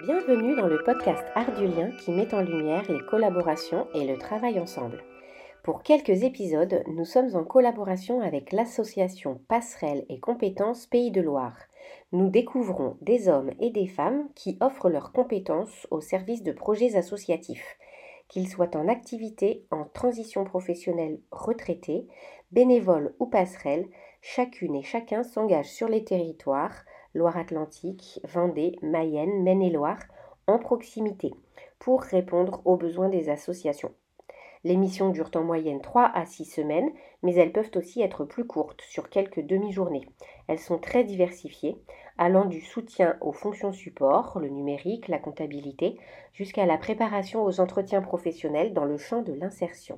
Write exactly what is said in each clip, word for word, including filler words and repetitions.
Bienvenue dans le podcast Art du lien qui met en lumière les collaborations et le travail ensemble. Pour quelques épisodes, nous sommes en collaboration avec l'association Passerelle et Compétences Pays de Loire. Nous découvrons des hommes et des femmes qui offrent leurs compétences au service de projets associatifs. Qu'ils soient en activité, en transition professionnelle, retraités, bénévoles ou passerelles, chacune et chacun s'engage sur les territoires, Loire-Atlantique, Vendée, Mayenne, Maine-et-Loire, en proximité, pour répondre aux besoins des associations. Les missions durent en moyenne trois à six semaines, mais elles peuvent aussi être plus courtes, sur quelques demi-journées. Elles sont très diversifiées, allant du soutien aux fonctions support, le numérique, la comptabilité, jusqu'à la préparation aux entretiens professionnels dans le champ de l'insertion.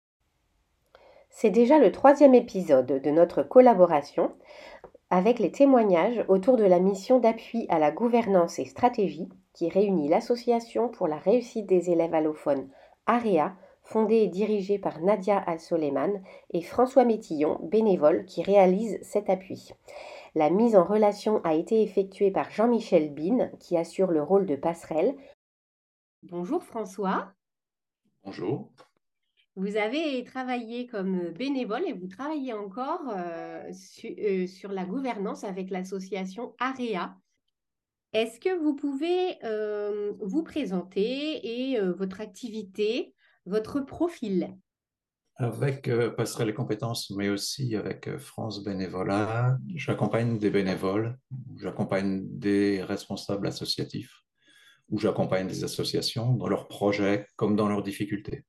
C'est déjà le troisième épisode de notre collaboration avec les témoignages autour de la mission d'appui à la gouvernance et stratégie qui réunit l'Association pour la réussite des élèves allophones AREA, fondée et dirigée par Nadia Al-Soleiman, et François Métillon, bénévole, qui réalise cet appui. La mise en relation a été effectuée par Jean-Michel Bin, qui assure le rôle de passerelle. Bonjour François. Bonjour. Vous avez travaillé comme bénévole et vous travaillez encore euh, su- euh, sur la gouvernance avec l'association AREA. Est-ce que vous pouvez euh, vous présenter et euh, votre activité, votre profil? Avec euh, Passerelle et Compétences, mais aussi avec euh, France Bénévolat, j'accompagne des bénévoles, j'accompagne des responsables associatifs, ou j'accompagne des associations dans leurs projets comme dans leurs difficultés.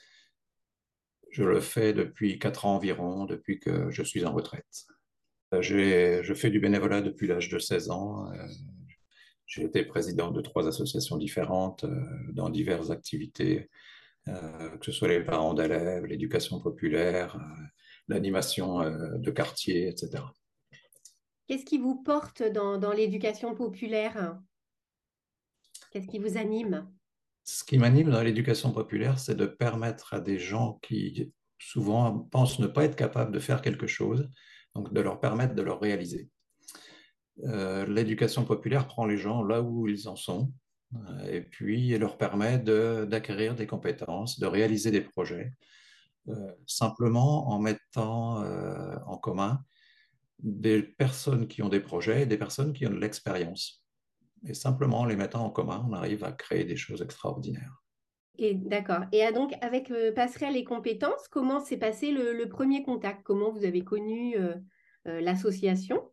Je le fais depuis quatre ans environ, depuis que je suis en retraite. Euh, J'ai, je fais du bénévolat depuis l'âge de seize ans. Euh, J'ai été président de trois associations différentes euh, dans diverses activités, euh, que ce soit les parents d'élèves, l'éducation populaire, euh, l'animation euh, de quartier, et cetera. Qu'est-ce qui vous porte dans, dans l'éducation populaire? Qu'est-ce qui vous anime? Ce qui m'anime dans l'éducation populaire, c'est de permettre à des gens qui souvent pensent ne pas être capables de faire quelque chose, donc de leur permettre de le réaliser. Euh, l'éducation populaire prend les gens là où ils en sont, euh, et puis elle leur permet de, d'acquérir des compétences, de réaliser des projets, euh, simplement en mettant euh, en commun des personnes qui ont des projets et des personnes qui ont de l'expérience. Et simplement en les mettant en commun, on arrive à créer des choses extraordinaires. Et d'accord. Et ah, donc, avec euh, Passerelle et compétences, comment s'est passé le, le premier contact? Comment vous avez connu euh, euh, l'association?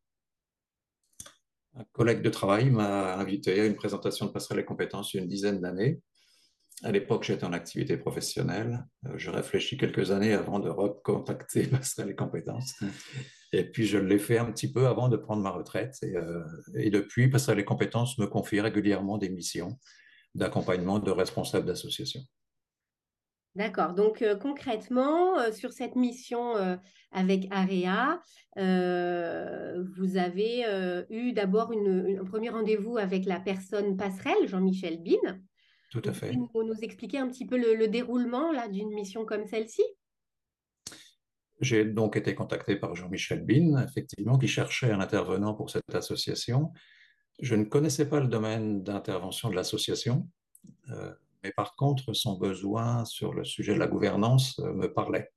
Un collègue de travail m'a invité à une présentation de Passerelle et compétences il y a une dizaine d'années. À l'époque, j'étais en activité professionnelle. Euh, Je réfléchis quelques années avant de recontacter Passerelle et compétences. Et puis, je l'ai fait un petit peu avant de prendre ma retraite. Et, euh, et depuis, Passerelle et compétences me confie régulièrement des missions d'accompagnement de responsables d'associations. D'accord. Donc, euh, concrètement, euh, sur cette mission euh, avec AREA, euh, vous avez euh, eu d'abord une- une- un premier rendez-vous avec la personne passerelle, Jean-Michel Bin. Tout Vous à pouvez fait. nous, nous expliquer un petit peu le, le déroulement là, d'une mission comme celle-ci? J'ai donc été contacté par Jean-Michel Bin, effectivement, qui cherchait un intervenant pour cette association. Je ne connaissais pas le domaine d'intervention de l'association, euh, mais par contre, son besoin sur le sujet de la gouvernance euh, me parlait.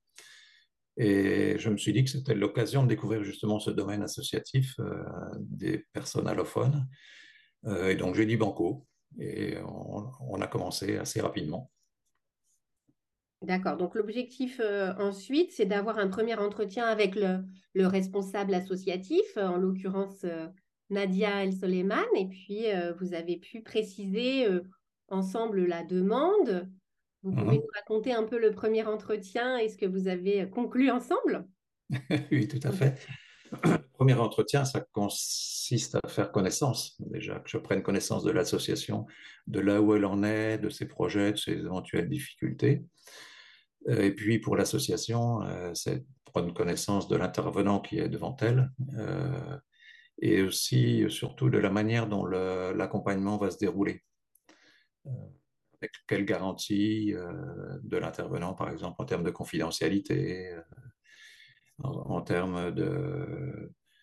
Et je me suis dit que c'était l'occasion de découvrir justement ce domaine associatif euh, des personnes allophones. Euh, et donc j'ai dit banco, et on, on a commencé assez rapidement. D'accord. Donc, l'objectif euh, ensuite, c'est d'avoir un premier entretien avec le, le responsable associatif, euh, en l'occurrence euh, Nadia El Soleiman, et puis euh, vous avez pu préciser euh, ensemble la demande. Vous pouvez nous Mhm. raconter un peu le premier entretien et ce que vous avez conclu ensemble? Oui, tout à fait. Le premier entretien, ça consiste à faire connaissance, déjà, que je prenne connaissance de l'association, de là où elle en est, de ses projets, de ses éventuelles difficultés. Euh, Et puis pour l'association, euh, c'est prendre connaissance de l'intervenant qui est devant elle, euh, et aussi, surtout, de la manière dont le- l'accompagnement va se dérouler. Euh, avec quelle garantie euh, de l'intervenant, par exemple, en termes de confidentialité, euh, en, en termes de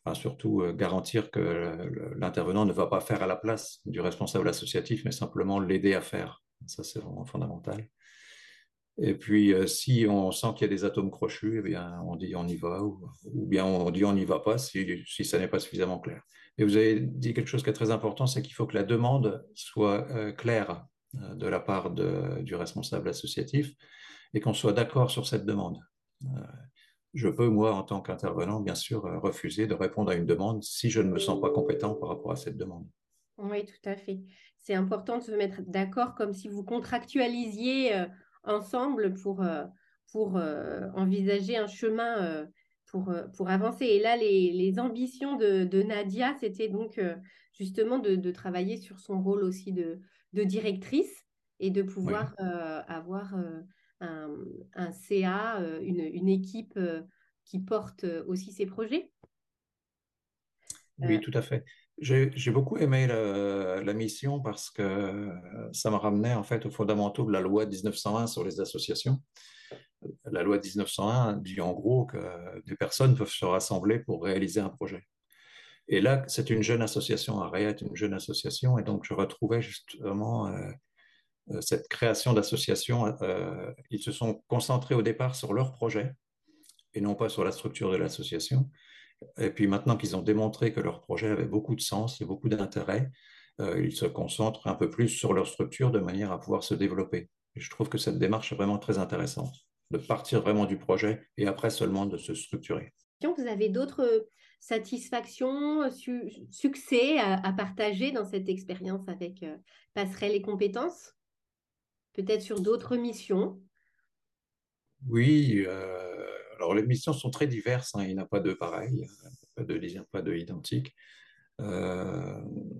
enfin, surtout euh, garantir que le- l'intervenant ne va pas faire à la place du responsable associatif, mais simplement l'aider à faire. Ça, c'est vraiment fondamental. Et puis, euh, si on sent qu'il y a des atomes crochus, eh bien, on dit on y va, ou, ou bien on dit on n'y va pas si, si ça n'est pas suffisamment clair. Et vous avez dit quelque chose qui est très important, c'est qu'il faut que la demande soit euh, claire euh, de la part de- du responsable associatif et qu'on soit d'accord sur cette demande. Euh, je peux, moi, en tant qu'intervenant, bien sûr, euh, refuser de répondre à une demande si je ne me sens pas compétent par rapport à cette demande. Oui, tout à fait. C'est important de se mettre d'accord comme si vous contractualisiez euh, ensemble pour, euh, pour euh, envisager un chemin euh, pour, euh, pour avancer. Et là, les, les ambitions de, de Nadia, c'était donc euh, justement de, de travailler sur son rôle aussi de, de directrice et de Oui. pouvoir euh, avoir euh, un, un C A, euh, une, une équipe euh, qui porte euh, aussi ses projets. Euh, Oui, tout à fait. J'ai j'ai beaucoup aimé la, la mission parce que ça me ramenait en fait aux fondamentaux de la loi mille neuf cent un sur les associations. La loi mille neuf cent un dit en gros que des personnes peuvent se rassembler pour réaliser un projet. Et là, c'est une jeune association, Area est une jeune association, et donc je retrouvais justement euh, euh, cette création d'associations. Euh, ils se sont concentrés au départ sur leur projet et non pas sur la structure de l'association. Et puis maintenant qu'ils ont démontré que leur projet avait beaucoup de sens et beaucoup d'intérêt, euh, ils se concentrent un peu plus sur leur structure de manière à pouvoir se développer. Et je trouve que cette démarche est vraiment très intéressante, de partir vraiment du projet et après seulement de se structurer. vous avez d'autres satisfactions, su- succès à, à partager dans cette expérience avec euh, Passerelle et compétences, peut-être sur d'autres missions. Oui, euh, alors les missions sont très diverses, hein, il n'y en a pas de pareil, pas de, pas de identique. Euh,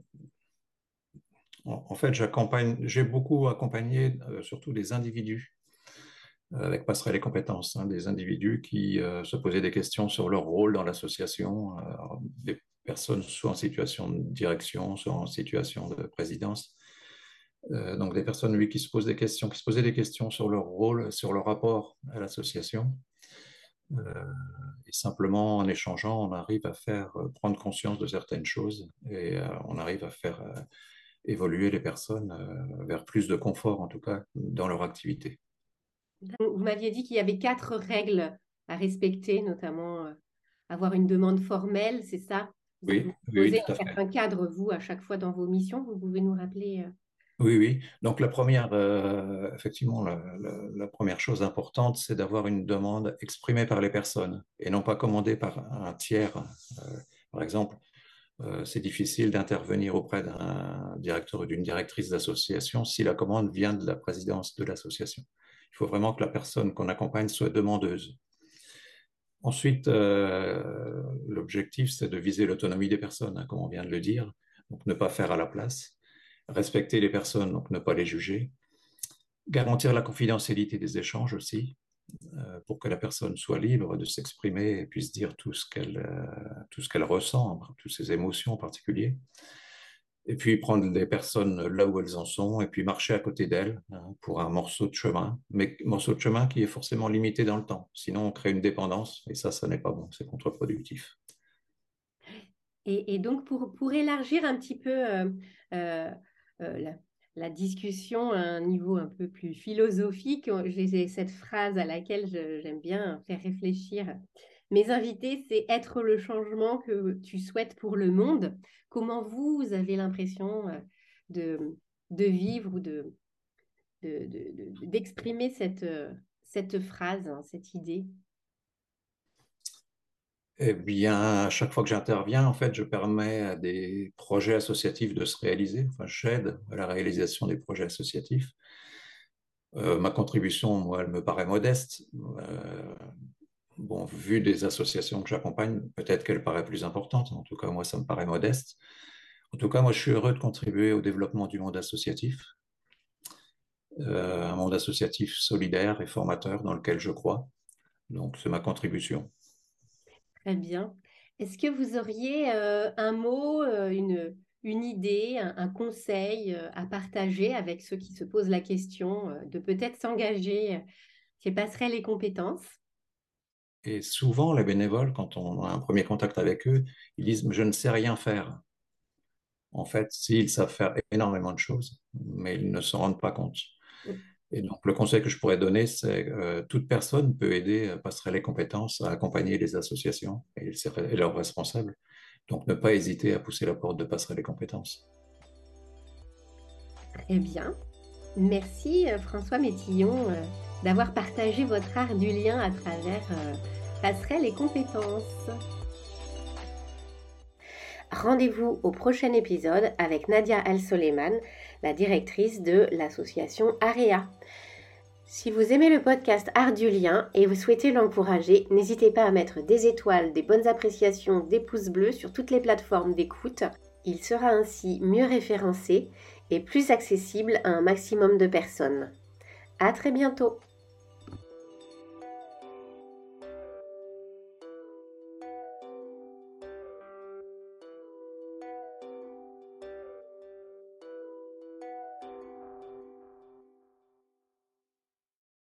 en, en fait, j'accompagne, j'ai beaucoup accompagné euh, surtout des individus euh, avec Passerelle et compétences, hein, des individus qui euh, se posaient des questions sur leur rôle dans l'association, euh, des personnes soit en situation de direction, soit en situation de présidence. Euh, donc des personnes, oui, qui se posent des questions, qui se posaient des questions sur leur rôle, sur leur rapport à l'association. Euh, et simplement en échangeant, on arrive à faire euh, prendre conscience de certaines choses et euh, on arrive à faire euh, évoluer les personnes euh, vers plus de confort, en tout cas, dans leur activité. Vous m'aviez dit qu'il y avait quatre règles à respecter, notamment euh, avoir une demande formelle, c'est ça? Vous Oui, vous oui, oui, posez tout un à fait. certain cadre, vous, à chaque fois dans vos missions. Vous pouvez nous rappeler euh, Oui, oui. Donc la première, euh, effectivement, la, la- la première chose importante, c'est d'avoir une demande exprimée par les personnes et non pas commandée par un tiers. Euh, par exemple, euh, c'est difficile d'intervenir auprès d'un directeur ou d'une directrice d'association si la commande vient de la présidence de l'association. Il faut vraiment que la personne qu'on accompagne soit demandeuse. Ensuite, euh, l'objectif, c'est de viser l'autonomie des personnes, hein, comme on vient de le dire, donc ne pas faire à la place, respecter les personnes, donc ne pas les juger, garantir la confidentialité des échanges aussi, euh, pour que la personne soit libre de s'exprimer et puisse dire tout ce qu'elle euh, tout ce qu'elle ressent, toutes ses émotions en particulier. Et puis prendre les personnes là où elles en sont et puis marcher à côté d'elles, hein, pour un morceau de chemin, mais morceau de chemin qui est forcément limité dans le temps. Sinon, on crée une dépendance et ça, ça n'est pas bon, c'est contre-productif. Et, et donc, pour, pour élargir un petit peu euh, euh, euh, la, la discussion à un niveau un peu plus philosophique, j'ai cette phrase à laquelle je- j'aime bien faire réfléchir mes invités, c'est être le changement que tu souhaites pour le monde. Comment vous, vous avez l'impression euh, de, de vivre ou de, de- de- de- d'exprimer cette, euh, cette phrase, hein, cette idée? Eh bien, à chaque fois que j'interviens, en fait, je permets à des projets associatifs de se réaliser. Enfin, j'aide à la réalisation des projets associatifs. Euh, ma contribution, moi, elle me paraît modeste. Euh, bon, vu des associations que j'accompagne, peut-être qu'elle paraît plus importante. En tout cas, moi, ça me paraît modeste. En tout cas, moi, je suis heureux de contribuer au développement du monde associatif, euh, un monde associatif solidaire et formateur dans lequel je crois. Donc, c'est ma contribution. Très bien. Est-ce que vous auriez euh, un mot, euh, une, une idée, un, un conseil euh, à partager avec ceux qui se posent la question euh, de peut-être s'engager euh, chez Passerelle les compétences? Et souvent, les bénévoles, quand on a un premier contact avec eux, ils disent, je ne sais rien faire. En fait, si, ils savent faire énormément de choses, mais ils ne s'en rendent pas compte. Et donc, le conseil que je pourrais donner, c'est euh, toute personne peut aider euh, Passerelle les compétences à accompagner les associations et, et leurs responsables. Donc, ne pas hésiter à pousser la porte de Passerelle les compétences. Très bien. Merci euh, François Métillon euh, d'avoir partagé votre art du lien à travers euh, Passerelle et compétences. Rendez-vous au prochain épisode avec Nadia Al-Soleiman, la directrice de l'association AREA. Si vous aimez le podcast Art du lien et vous souhaitez l'encourager, n'hésitez pas à mettre des étoiles, des bonnes appréciations, des pouces bleus sur toutes les plateformes d'écoute. Il sera ainsi mieux référencé et plus accessible à un maximum de personnes. À très bientôt!